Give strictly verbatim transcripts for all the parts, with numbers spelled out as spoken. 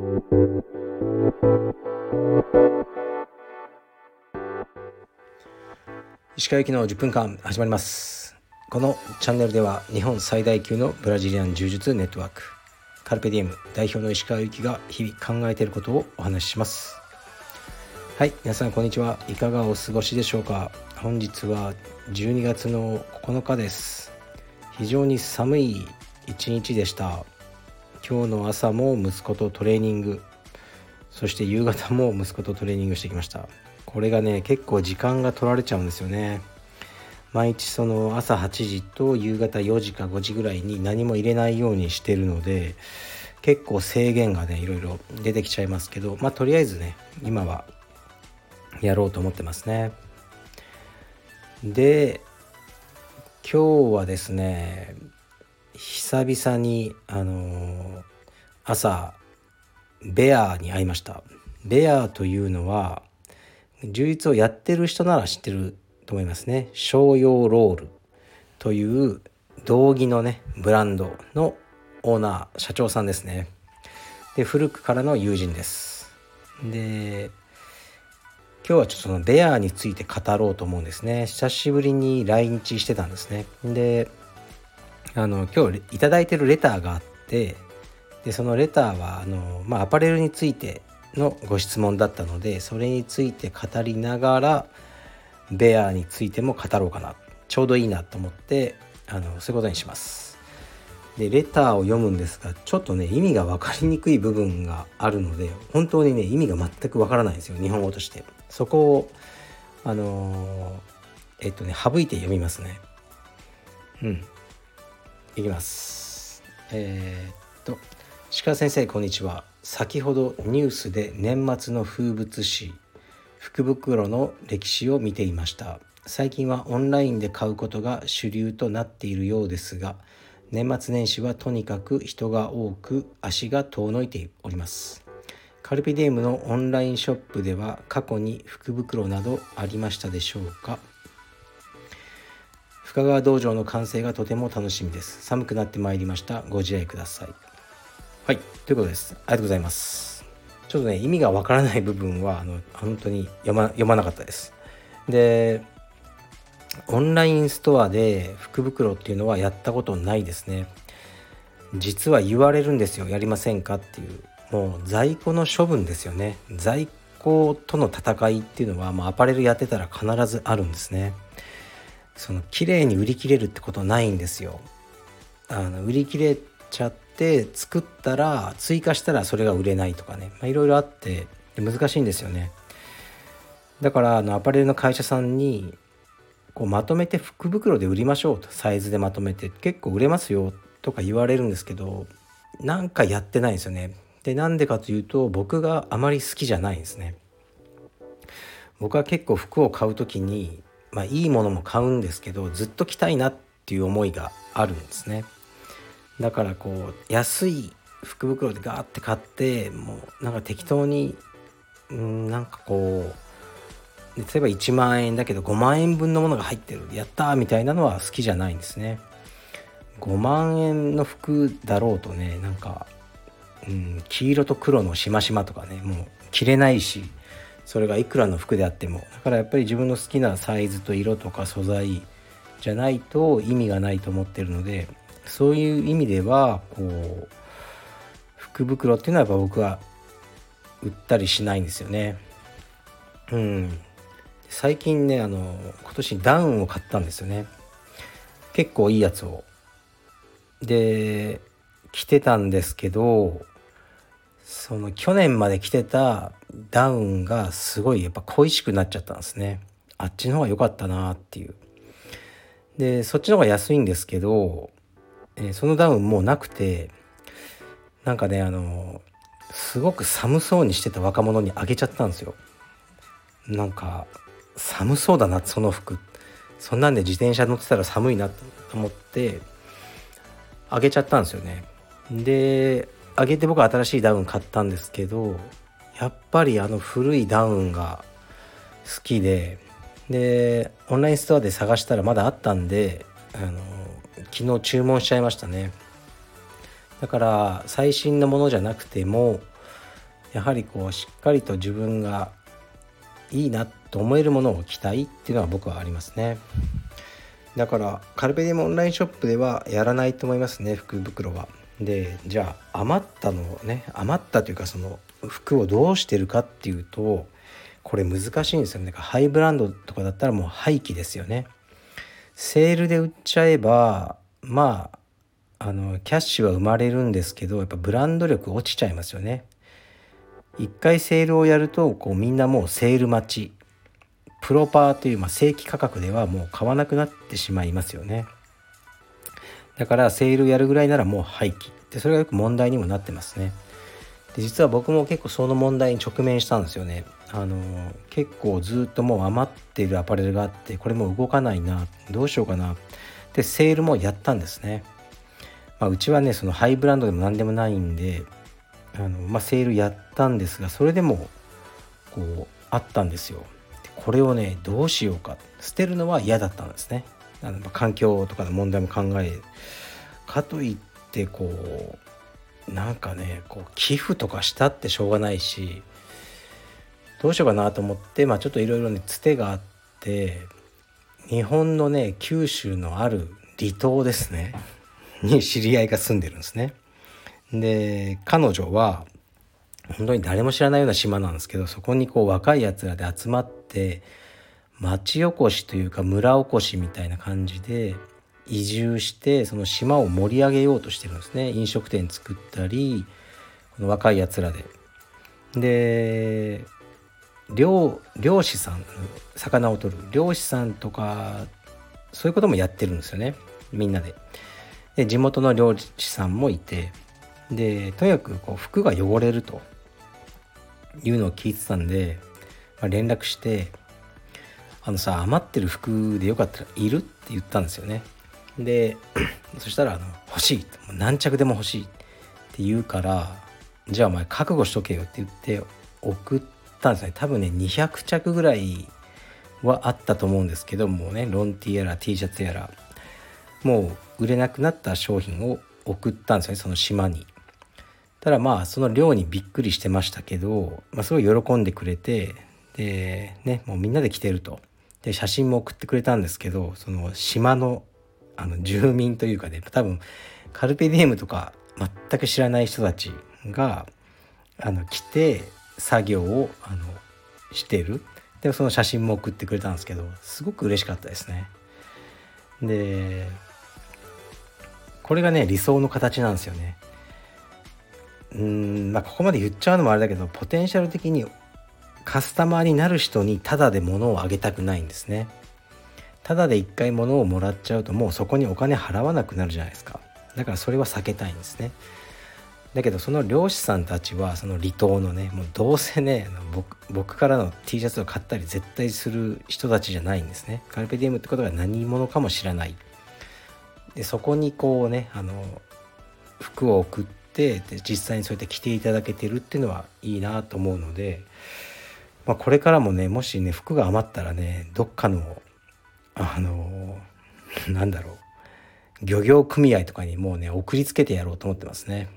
石川行きのじゅっぷんかん始まります。このチャンネルでは日本最大級のブラジリアン柔術ネットワークカルペディエム代表の石川行きが日々考えていることをお話しします。はい、皆さんこんにちは。いかがお過ごしでしょうか。本日はじゅうにがつのここのかです。非常に寒い一日でした。今日の朝も息子とトレーニング、そして夕方も息子とトレーニングしてきました。これがね結構時間が取られちゃうんですよね。毎日その朝はちじと夕方よじかごじぐらいに何も入れないようにしてるので、結構制限がねいろいろ出てきちゃいますけど、まあとりあえずね今はやろうと思ってますね。で今日はですね久々にあのー、朝ベアに会いました。ベアというのは柔術をやってる人なら知ってると思いますね。商用ロールという道着のねブランドのオーナー社長さんですね。で古くからの友人です。で今日はちょっとそのベアについて語ろうと思うんですね。久しぶりに来日してたんですね。であの今日いただいてるレターがあって、でそのレターはあの、まあ、アパレルについてのご質問だったので、それについて語りながらベアについても語ろうかな、ちょうどいいなと思ってあのそういうことにします。でレターを読むんですが、ちょっとね意味が分かりにくい部分があるので、本当にね意味が全く分からないんですよ、日本語として。そこをあのえっとね省いて読みますね。うんいきます。えー、っと鹿先生こんにちは。先ほどニュースで年末の風物詩福袋の歴史を見ていました。最近はオンラインで買うことが主流となっているようですが、年末年始はとにかく人が多く足が遠のいております。カルピディエムのオンラインショップでは過去に福袋などありましたでしょうか。深川道場の完成がとても楽しみです。寒くなってまいりました。ご自愛ください。はい、ということです。ありがとうございます。ちょっとね意味がわからない部分はあの本当に読ま、読まなかったです。でオンラインストアで福袋っていうのはやったことないですね。実は言われるんですよ、やりませんかっていう。もう在庫の処分ですよね。在庫との戦いっていうのは、まあ、アパレルやってたら必ずあるんですね。その綺麗に売り切れるってことないんですよ。あの売り切れちゃって作ったら追加したらそれが売れないとかね、いろいろあって難しいんですよね。だからあのアパレルの会社さんにこうまとめて福袋で売りましょうと、サイズでまとめて結構売れますよとか言われるんですけど、なんかやってないんですよね。でなんでかというと僕があまり好きじゃないんですね。僕は結構服を買うときに、まあ、いいものも買うんですけどずっと着たいなっていう思いがあるんですね。だからこう安い福袋でガーって買ってもうなんか適当にんなんかこう例えばいちまんえんだけどごまんえんぶんのものが入ってるやったーみたいなのは好きじゃないんですね。ごまんえんの服だろうとねなんか、うん、黄色と黒のしましまとかねもう着れないし、それがいくらの服であっても、だからやっぱり自分の好きなサイズと色とか素材じゃないと意味がないと思ってるので、そういう意味ではこう福袋っていうのはやっぱ僕は売ったりしないんですよね。うん最近ねあの今年ダウンを買ったんですよね。結構いいやつをで着てたんですけど、その去年まで着てたダウンがすごいやっぱ恋しくなっちゃったんですね。あっちの方が良かったなっていう。でそっちの方が安いんですけど、えーそのダウンもうなくて、なんかねあのすごく寒そうにしてた若者にあげちゃったんですよ。なんか寒そうだなその服、そんなんで自転車乗ってたら寒いなと思ってあげちゃったんですよね。であげて僕は新しいダウン買ったんですけど、やっぱりあの古いダウンが好きで、でオンラインストアで探したらまだあったんであの昨日注文しちゃいましたね。だから最新のものじゃなくてもやはりこうしっかりと自分がいいなと思えるものを着たいっていうのは僕はありますね。だからカルペディウムオンラインショップではやらないと思いますね、福袋は。でじゃあ余ったのをね余ったというかその服をどうしてるかっていうと、これ難しいんですよね。ハイブランドとかだったらもう廃棄ですよね。セールで売っちゃえばまああのキャッシュは生まれるんですけど、やっぱブランド力落ちちゃいますよね。一回セールをやるとこうみんなもうセール待ち、プロパーという、まあ、正規価格ではもう買わなくなってしまいますよね。だからセールやるぐらいならもう廃棄で、それがよく問題にもなってますね。で実は僕も結構その問題に直面したんですよね。あの結構ずっともう余っているアパレルがあって、これもう動かないな、どうしようかなでセールもやったんですね。まあ、うちはねそのハイブランドでも何でもないんであの、まあ、セールやったんですが、それでもこうあったんですよ。これをねどうしようか、捨てるのは嫌だったんですね。あの環境とかの問題も考えかといってこうなんかねこう寄付とかしたってしょうがないし、どうしようかなと思って、まあ、ちょっといろいろねつてがあって、日本のね九州のある離島ですねに知り合いが住んでるんですね。で彼女は本当に誰も知らないような島なんですけど、そこにこう若いやつらで集まって町おこしというか村おこしみたいな感じで移住して、その島を盛り上げようとしてるんですね。飲食店作ったり、この若いやつらでで漁漁師さん、魚を取る漁師さんとかそういうこともやってるんですよね、みんなで。で地元の漁師さんもいて、でとにかくこう服が汚れるというのを聞いてたんで、まあ、連絡してあのさ余ってる服でよかったらいるって言ったんですよね。でそしたらあの欲しい、何着でも欲しいって言うから、じゃあお前覚悟しとけよって言って送ったんですね。多分ねにひゃくちゃくぐらいはあったと思うんですけどもね、ロン T やら T シャツやらもう売れなくなった商品を送ったんですよね、その島に。ただまあその量にびっくりしてましたけど、まあ、すごい喜んでくれて、でねもうみんなで来てると、で写真も送ってくれたんですけど、その島のあの住民というかね、多分カルペディエムとか全く知らない人たちがあの来て作業をあのしてる。でその写真も送ってくれたんですけど、すごく嬉しかったですね。でこれがね理想の形なんですよね。うーんまあここまで言っちゃうのもあれだけど、ポテンシャル的にカスタマーになる人にタダで物をあげたくないんですね。タダで一回物をもらっちゃうともうそこにお金払わなくなるじゃないですか。だからそれは避けたいんですね。だけどその漁師さんたちはその離島のねもうどうせね僕僕からの T シャツを買ったり絶対する人たちじゃないんですね。カルペディウムってことが何者かも知らない。でそこにこうねあの服を送ってで実際にそうやって着ていただけてるっていうのはいいなと思うので、まあ、これからもねもしね服が余ったらねどっかのあのなんだろう漁業組合とかにもうね送りつけてやろうと思ってますね。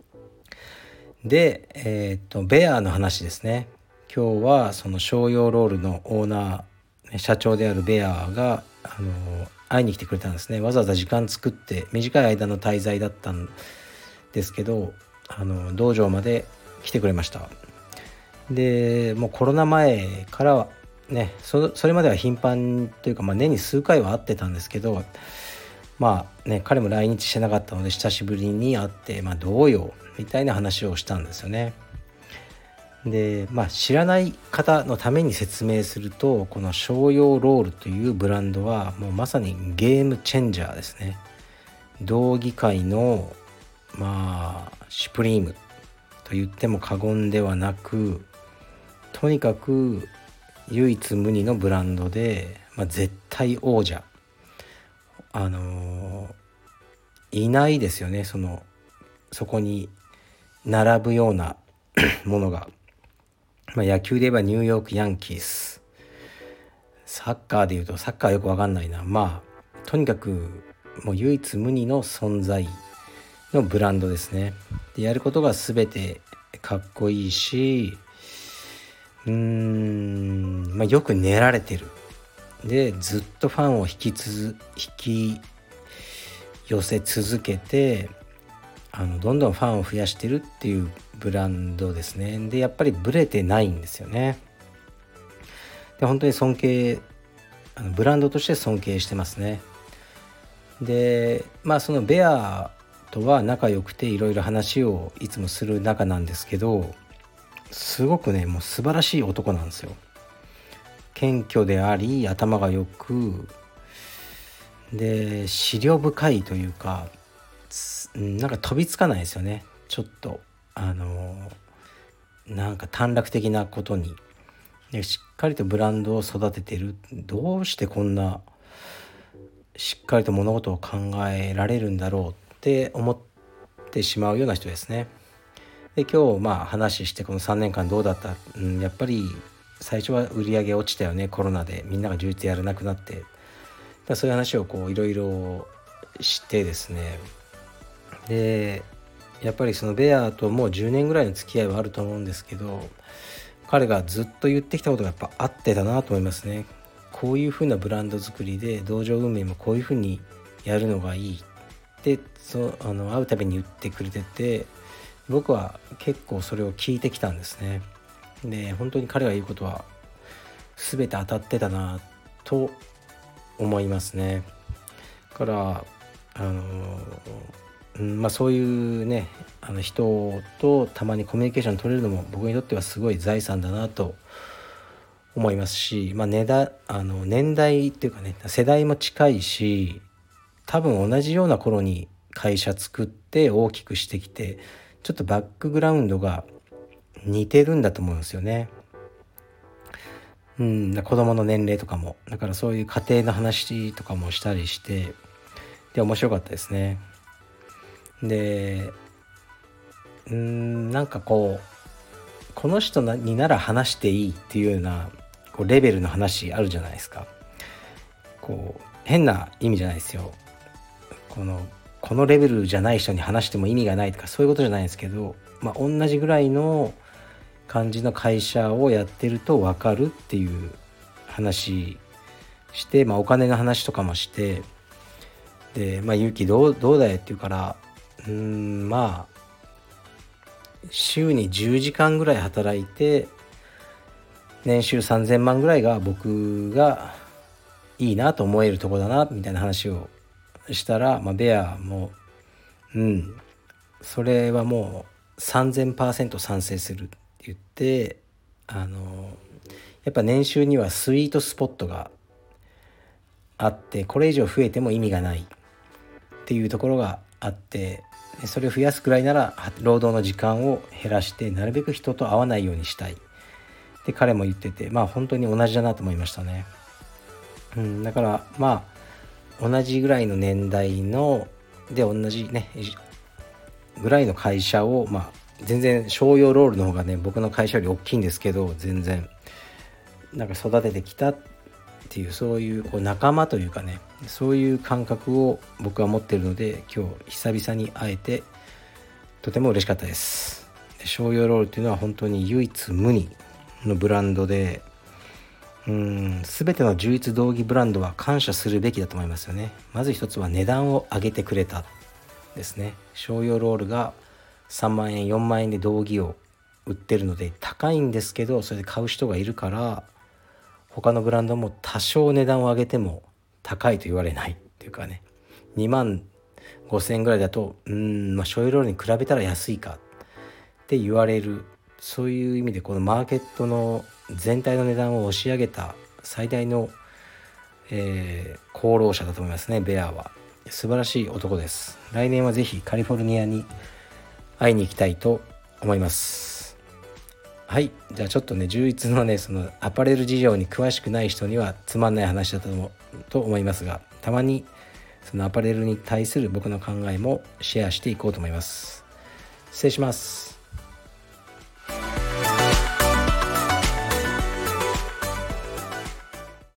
でえっ、とベアの話ですね。今日はその商用ロールのオーナー社長であるベアがあの会いに来てくれたんですね。わざわざ時間作って短い間の滞在だったんですけど、あの道場まで来てくれました。でもうコロナ前からはね そ, それまでは頻繁というか、まあ、年に数回は会ってたんですけど、まあね彼も来日してなかったので久しぶりに会って、まあ、どうよみたいな話をしたんですよね。でまあ知らない方のために説明すると、この商用ロールというブランドはもうまさにゲームチェンジャーですね。道着界のまあシュプリームと言っても過言ではなく、とにかく唯一無二のブランドで、まあ、絶対王者あのー、いないですよね。そのそこに並ぶようなものが、まあ、野球で言えばニューヨークヤンキース、サッカーで言うとサッカーよくわかんないな、まあとにかくもう唯一無二の存在のブランドですね。でやることが全てかっこいいし、うーん、まあ、よく練られてる。でずっとファンを引きつ引き寄せ続けて、あのどんどんファンを増やしてるっていうブランドですね。でやっぱりブレてないんですよね。で本当に尊敬、あのブランドとして尊敬してますね。でまあそのベアとは仲良くていろいろ話をいつもする仲なんですけど、すごくねもう素晴らしい男なんですよ。謙虚であり頭がよくで思慮深いというか、なんか飛びつかないですよね。ちょっとあのなんか短絡的なことにでしっかりとブランドを育ててる。どうしてこんなしっかりと物事を考えられるんだろうって思ってしまうような人ですね。で今日まあ話してこのさんねんかんどうだった、うん、やっぱり最初は売り上げ落ちたよね、コロナでみんなが充実やらなくなって。だそういう話をこういろいろしてですね、でやっぱりそのベアともうじゅうねんぐらいの付き合いはあると思うんですけど、彼がずっと言ってきたことがやっぱ合ってたなと思いますね。こういう風なブランド作りで道場運営もこういう風にやるのがいいってそうあの会うたびに言ってくれてて、僕は結構それを聞いてきたんですね。で本当に彼が言うことは全て当たってたなと思いますね。だからあの、うんまあ、そういうねあの人とたまにコミュニケーション取れるのも僕にとってはすごい財産だなと思いますし、まあ、年代あの年代っていうかね世代も近いし、多分同じような頃に会社作って大きくしてきて、ちょっとバックグラウンドが似てるんだと思うんですよね。うん、子供の年齢とかも、だからそういう家庭の話とかもしたりして、で面白かったですね。でうーんなんかこうこの人になら話していいっていうようなこうレベルの話あるじゃないですか。こう変な意味じゃないですよ。このこのレベルじゃない人に話しても意味がないとかそういうことじゃないんですけど、まあ、同じぐらいの感じの会社をやってると分かるっていう話して、まあ、お金の話とかもして、で、まあ、ゆうきどう、どうだよって言うから、うーんまあ週にじゅうじかんぐらい働いて年収さんぜんまんぐらいが僕がいいなと思えるとこだなみたいな話をしたら、まあ、ベアもうんそれはもう さんぜんパーセント 賛成するって言って、あのやっぱ年収にはスイートスポットがあって、これ以上増えても意味がないっていうところがあって、それを増やすくらいなら労働の時間を減らしてなるべく人と会わないようにしたいって彼も言ってて、まあ本当に同じだなと思いましたね。うん、だからまあ同じぐらいの年代ので同じねぐらいの会社を、まあ全然商用ロールの方がね僕の会社より大きいんですけど、全然なんか育ててきたっていうそういうこう仲間というかね、そういう感覚を僕は持っているので、今日久々に会えてとても嬉しかったです。で商用ロールっていうのは本当に唯一無二のブランドで、うーん全ての充実道着ブランドは感謝するべきだと思いますよね。まず一つは値段を上げてくれたですね。商用ロールがさんまんえんよんまんえんで道着を売ってるので高いんですけど、それで買う人がいるから他のブランドも多少値段を上げても高いと言われないっていうかね、にまんごせんえんぐらいだとうーんまあ商用ロールに比べたら安いかって言われる、そういう意味でこのマーケットの全体の値段を押し上げた最大の、えー、功労者だと思いますね。ベアは素晴らしい男です。来年はぜひカリフォルニアに会いに行きたいと思います。はい、じゃあちょっとね充実のねそのアパレル事情に詳しくない人にはつまんない話だと思と思いますが、たまにそのアパレルに対する僕の考えもシェアしていこうと思います。失礼します。